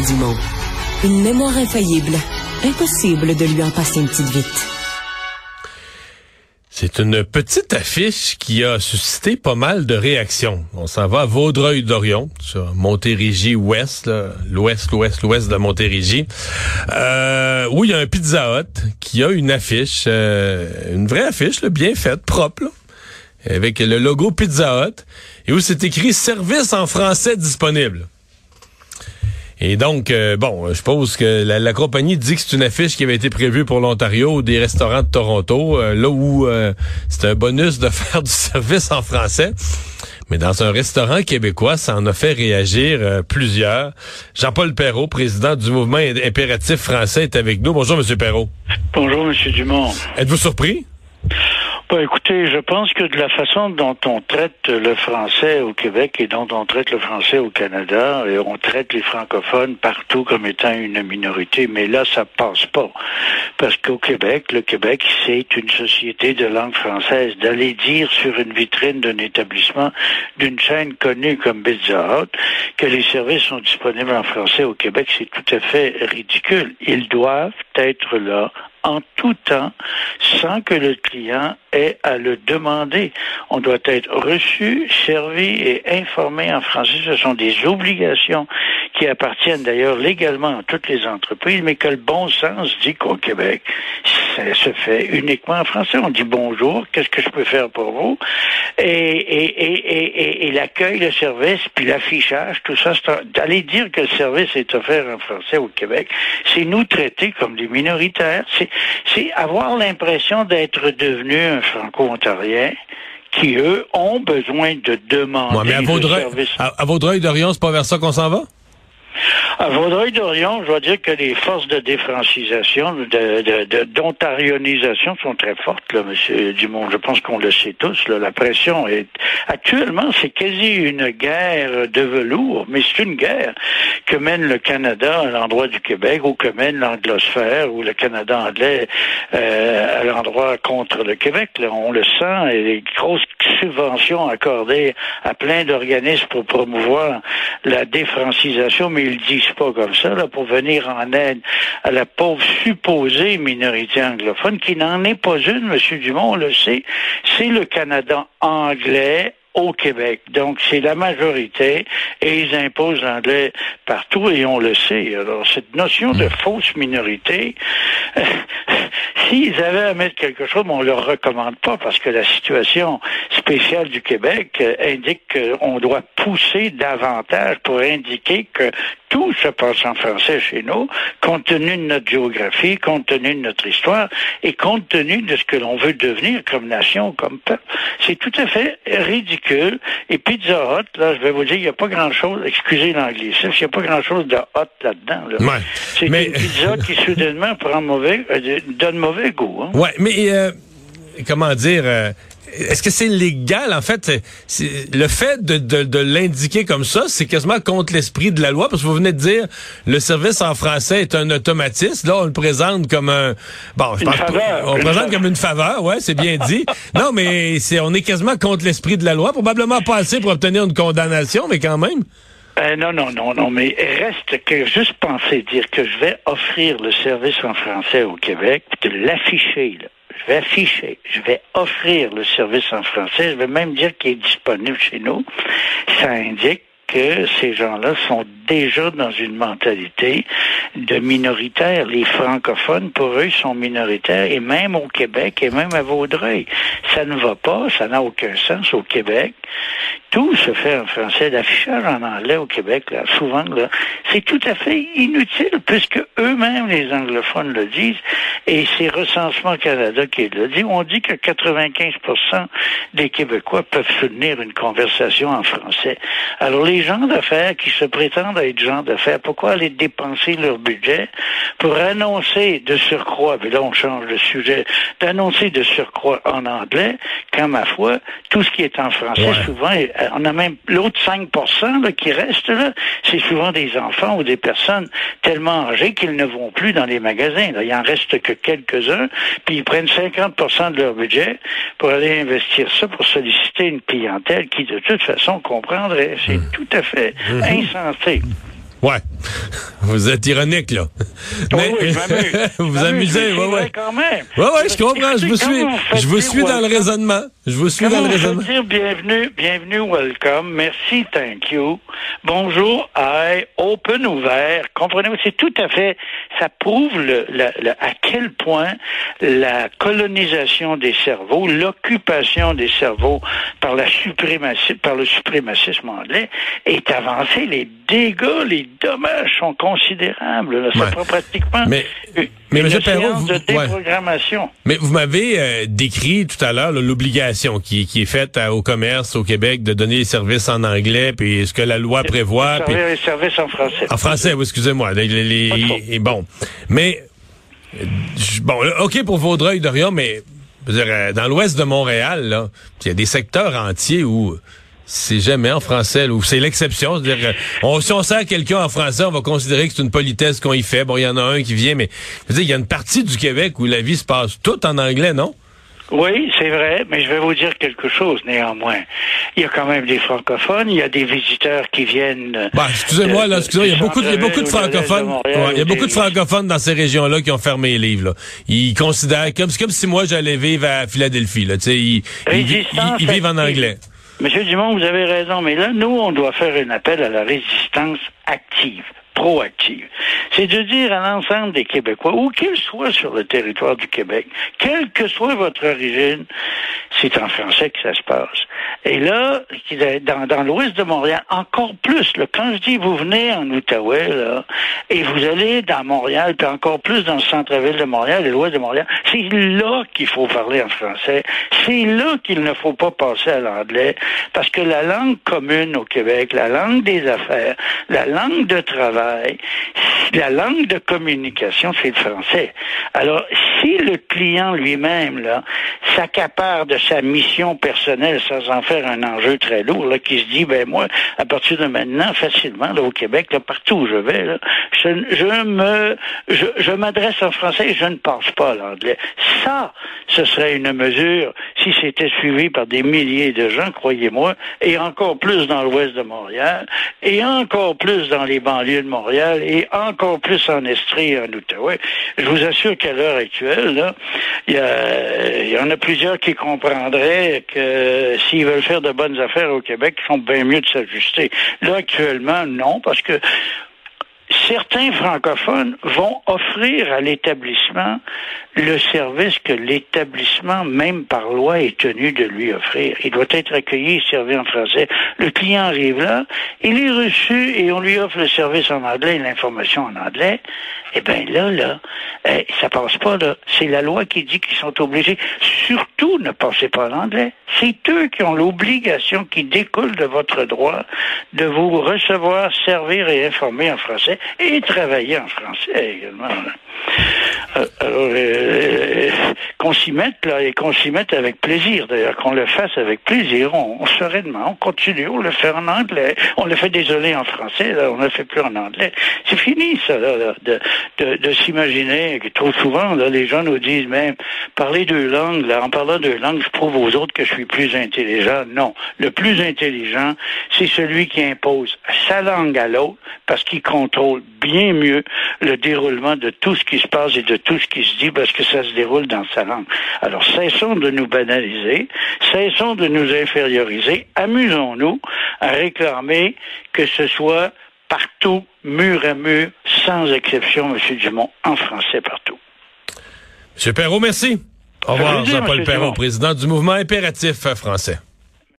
Dumont. Une mémoire infaillible. Impossible de lui en passer une petite vite. C'est une petite affiche qui a suscité pas mal de réactions. On s'en va à Vaudreuil-Dorion, sur Montérégie-Ouest, l'ouest de la Montérégie, où il y a un Pizza Hut qui a une affiche, une vraie affiche, là, bien faite, propre, là, avec le logo Pizza Hut, et où c'est écrit « Service en français disponible ». Et donc, je suppose que la compagnie dit que c'est une affiche qui avait été prévue pour l'Ontario ou des restaurants de Toronto, là où c'est un bonus de faire du service en français. Mais dans un restaurant québécois, ça en a fait réagir plusieurs. Jean-Paul Perrault, président du mouvement Impératif français, est avec nous. Bonjour, M. Perrault. Bonjour, M. Dumont. Êtes-vous surpris? Écoutez, je pense que de la façon dont on traite le français au Québec et dont on traite le français au Canada, et on traite les francophones partout comme étant une minorité, mais là, ça passe pas. Parce qu'au Québec, le Québec, c'est une société de langue française. D'aller dire sur une vitrine d'un établissement, d'une chaîne connue comme Pizza Hut, que les services sont disponibles en français au Québec, c'est tout à fait ridicule. Ils doivent être là en tout temps, sans que le client ait à le demander. On doit être reçu, servi et informé en français. Ce sont des obligations qui appartiennent d'ailleurs légalement à toutes les entreprises, mais que le bon sens dit qu'au Québec, ça se fait uniquement en français. On dit bonjour, qu'est-ce que je peux faire pour vous? Et l'accueil, le service, puis l'affichage, tout ça, d'aller dire que le service est offert en français au Québec, c'est nous traiter comme des minoritaires. C'est avoir l'impression d'être devenu un franco-ontarien qui, eux, ont besoin de demander le service. À Vaudreuil-Dorion, c'est pas vers ça qu'on s'en va? À Vaudreuil-Dorion, je dois dire que les forces de défrancisation, d'ontarionisation sont très fortes, là, M. Dumont. Je pense qu'on le sait tous, là. La pression est... Actuellement, c'est quasi une guerre de velours, mais c'est une guerre que mène le Canada à l'endroit du Québec, ou que mène l'anglosphère, ou le Canada anglais à l'endroit contre le Québec. Là. On le sent, et les grosses subventions accordées à plein d'organismes pour promouvoir la défrancisation, mais ils disent pas comme ça, là, pour venir en aide à la pauvre supposée minorité anglophone, qui n'en est pas une, M. Dumont, on le sait, c'est le Canada anglais au Québec. Donc, c'est la majorité et ils imposent l'anglais partout et on le sait. Alors, cette notion de fausse minorité, s'ils avaient à mettre quelque chose, on leur recommande pas parce que la situation spéciale du Québec indique qu'on doit pousser davantage pour indiquer que tout se passe en français chez nous, compte tenu de notre géographie, compte tenu de notre histoire et compte tenu de ce que l'on veut devenir comme nation, comme peuple. C'est tout à fait ridicule. Et Pizza Hut, là, je vais vous dire, il n'y a pas grand-chose, excusez l'anglicisme, il n'y a pas grand-chose de hot là-dedans. Là. Ouais, c'est une pizza qui, soudainement, donne mauvais goût. Hein? Ouais, mais comment dire... Est-ce que c'est légal, en fait? Le fait de l'indiquer comme ça, c'est quasiment contre l'esprit de la loi, parce que vous venez de dire le service en français est un automatisme. Là, on le présente comme un... Bon, je pense on le présente comme une faveur, ouais, c'est bien dit. Non, mais on est quasiment contre l'esprit de la loi. Probablement pas assez pour obtenir une condamnation, mais quand même... Non, mais reste que juste penser dire que je vais offrir le service en français au Québec, de l'afficher, là. Je vais offrir le service en français, je vais même dire qu'il est disponible chez nous. Ça indique que ces gens-là sont déjà dans une mentalité de minoritaire. Les francophones, pour eux, sont minoritaires, et même au Québec, et même à Vaudreuil. Ça ne va pas, ça n'a aucun sens au Québec. Tout se fait en français. L'affichage en anglais au Québec, là, souvent, là, c'est tout à fait inutile, puisque eux-mêmes, les anglophones, le disent, et c'est Recensement Canada qui le dit. On dit que 95% des Québécois peuvent soutenir une conversation en français. Alors, les gens d'affaires qui se prétendent être gens d'affaires, pourquoi aller dépenser leur budget pour annoncer de surcroît, puis là on change de sujet, d'annoncer de surcroît en anglais, quand ma foi, tout ce qui est en français, souvent, on a même l'autre 5% là, qui reste là, c'est souvent des enfants ou des personnes tellement âgées qu'ils ne vont plus dans les magasins. Là, il en reste que quelques-uns, puis ils prennent 50% de leur budget pour aller investir ça, pour solliciter une clientèle qui, de toute façon, comprendrait. C'est tout à fait insensé. Ouais. Vous êtes ironique, là. Mais oui, je m'amuse. Vous vous amusez, oui. Quand même. Oui, je comprends. Je vous suis dans le raisonnement. Je vous suis dans le raisonnement. Dire bienvenue, welcome, merci, thank you, bonjour, hi, open, ouvert. Comprenez-vous, c'est tout à fait, ça prouve à quel point la colonisation des cerveaux, l'occupation des cerveaux par le suprémacisme anglais est avancée. Les dégâts, les dommages sont considérables. Là. Ça prend pratiquement une séance de déprogrammation. Mais vous m'avez décrit tout à l'heure l'obligation qui est faite au commerce au Québec de donner les services en anglais, puis ce que la loi prévoit. Les services en français. En français, oui, excusez-moi. Bon, mais OK pour Vaudreuil-Dorion, mais je veux dire, dans l'ouest de Montréal, là, il y a des secteurs entiers où c'est jamais en français, ou c'est l'exception. C'est-à-dire, si on sert quelqu'un en français, on va considérer que c'est une politesse qu'on y fait. Bon, il y en a un qui vient, mais je veux dire, il y a une partie du Québec où la vie se passe toute en anglais, non? Oui, c'est vrai, mais je vais vous dire quelque chose, néanmoins. Il y a quand même des francophones, il y a des visiteurs qui viennent... excusez-moi, il y a beaucoup de francophones. Il y a beaucoup de francophones dans ces régions-là qui ont fermé les livres, là. Ils considèrent, comme si moi j'allais vivre à Philadelphie, là. Tu sais, ils vivent en anglais. Monsieur Dumont, vous avez raison, mais là, nous, on doit faire un appel à la résistance active, proactive. C'est de dire à l'ensemble des Québécois, où qu'ils soient sur le territoire du Québec, quelle que soit votre origine, c'est en français que ça se passe. Et là, dans l'ouest de Montréal, encore plus, là, quand je dis vous venez en Outaouais, là, et vous allez dans Montréal, puis encore plus dans le centre-ville de Montréal et l'ouest de Montréal, c'est là qu'il faut parler en français. C'est là qu'il ne faut pas passer à l'anglais, parce que la langue commune au Québec, la langue des affaires, la langue de travail, la langue de communication, c'est le français. Alors, si le client lui-même, là, s'accapare de sa mission personnelle sans en faire un enjeu très lourd, là, qui se dit, moi, à partir de maintenant, facilement, là, au Québec, là, partout où je vais, là, je m'adresse en français et je ne passe pas à l'anglais. Ça, ce serait une mesure, si c'était suivi par des milliers de gens, croyez-moi, et encore plus dans l'ouest de Montréal, et encore plus dans les banlieues de Montréal, et encore plus en Estrie et en Outaouais. Je vous assure qu'à l'heure actuelle, là, il y en a plusieurs qui comprendraient que s'ils veulent faire de bonnes affaires au Québec, ils font bien mieux de s'ajuster. Là, actuellement, non, parce que certains francophones vont offrir à l'établissement le service que l'établissement, même par loi, est tenu de lui offrir. Il doit être accueilli et servi en français. Le client arrive là, il est reçu et on lui offre le service en anglais et l'information en anglais. Eh bien là, ça passe pas, là. C'est la loi qui dit qu'ils sont obligés. Surtout, ne passez pas en anglais. C'est eux qui ont l'obligation qui découle de votre droit de vous recevoir, servir et informer en français et travailler en français également. Alors, qu'on s'y mette là, et qu'on s'y mette avec plaisir, d'ailleurs, qu'on le fasse avec plaisir, on sereinement, on continue, on le fait en anglais, on le fait désolé en français, là, on ne le fait plus en anglais. C'est fini, ça, là, de s'imaginer que trop souvent, là, les gens nous disent même, parler deux langues, là, en parlant deux langues, je prouve aux autres que je suis plus intelligent. Non. Le plus intelligent, c'est celui qui impose sa langue à l'autre, parce qu'il contrôle bien mieux le déroulement de tout ce qui se passe et de tout ce qui se dit, parce que ça se déroule dans sa langue. Alors, cessons de nous banaliser, cessons de nous inférioriser, amusons-nous à réclamer que ce soit partout, mur à mur, sans exception, M. Dumont, en français partout. M. Perrault, merci. Au revoir, Jean-Paul Perrault, président du mouvement impératif français.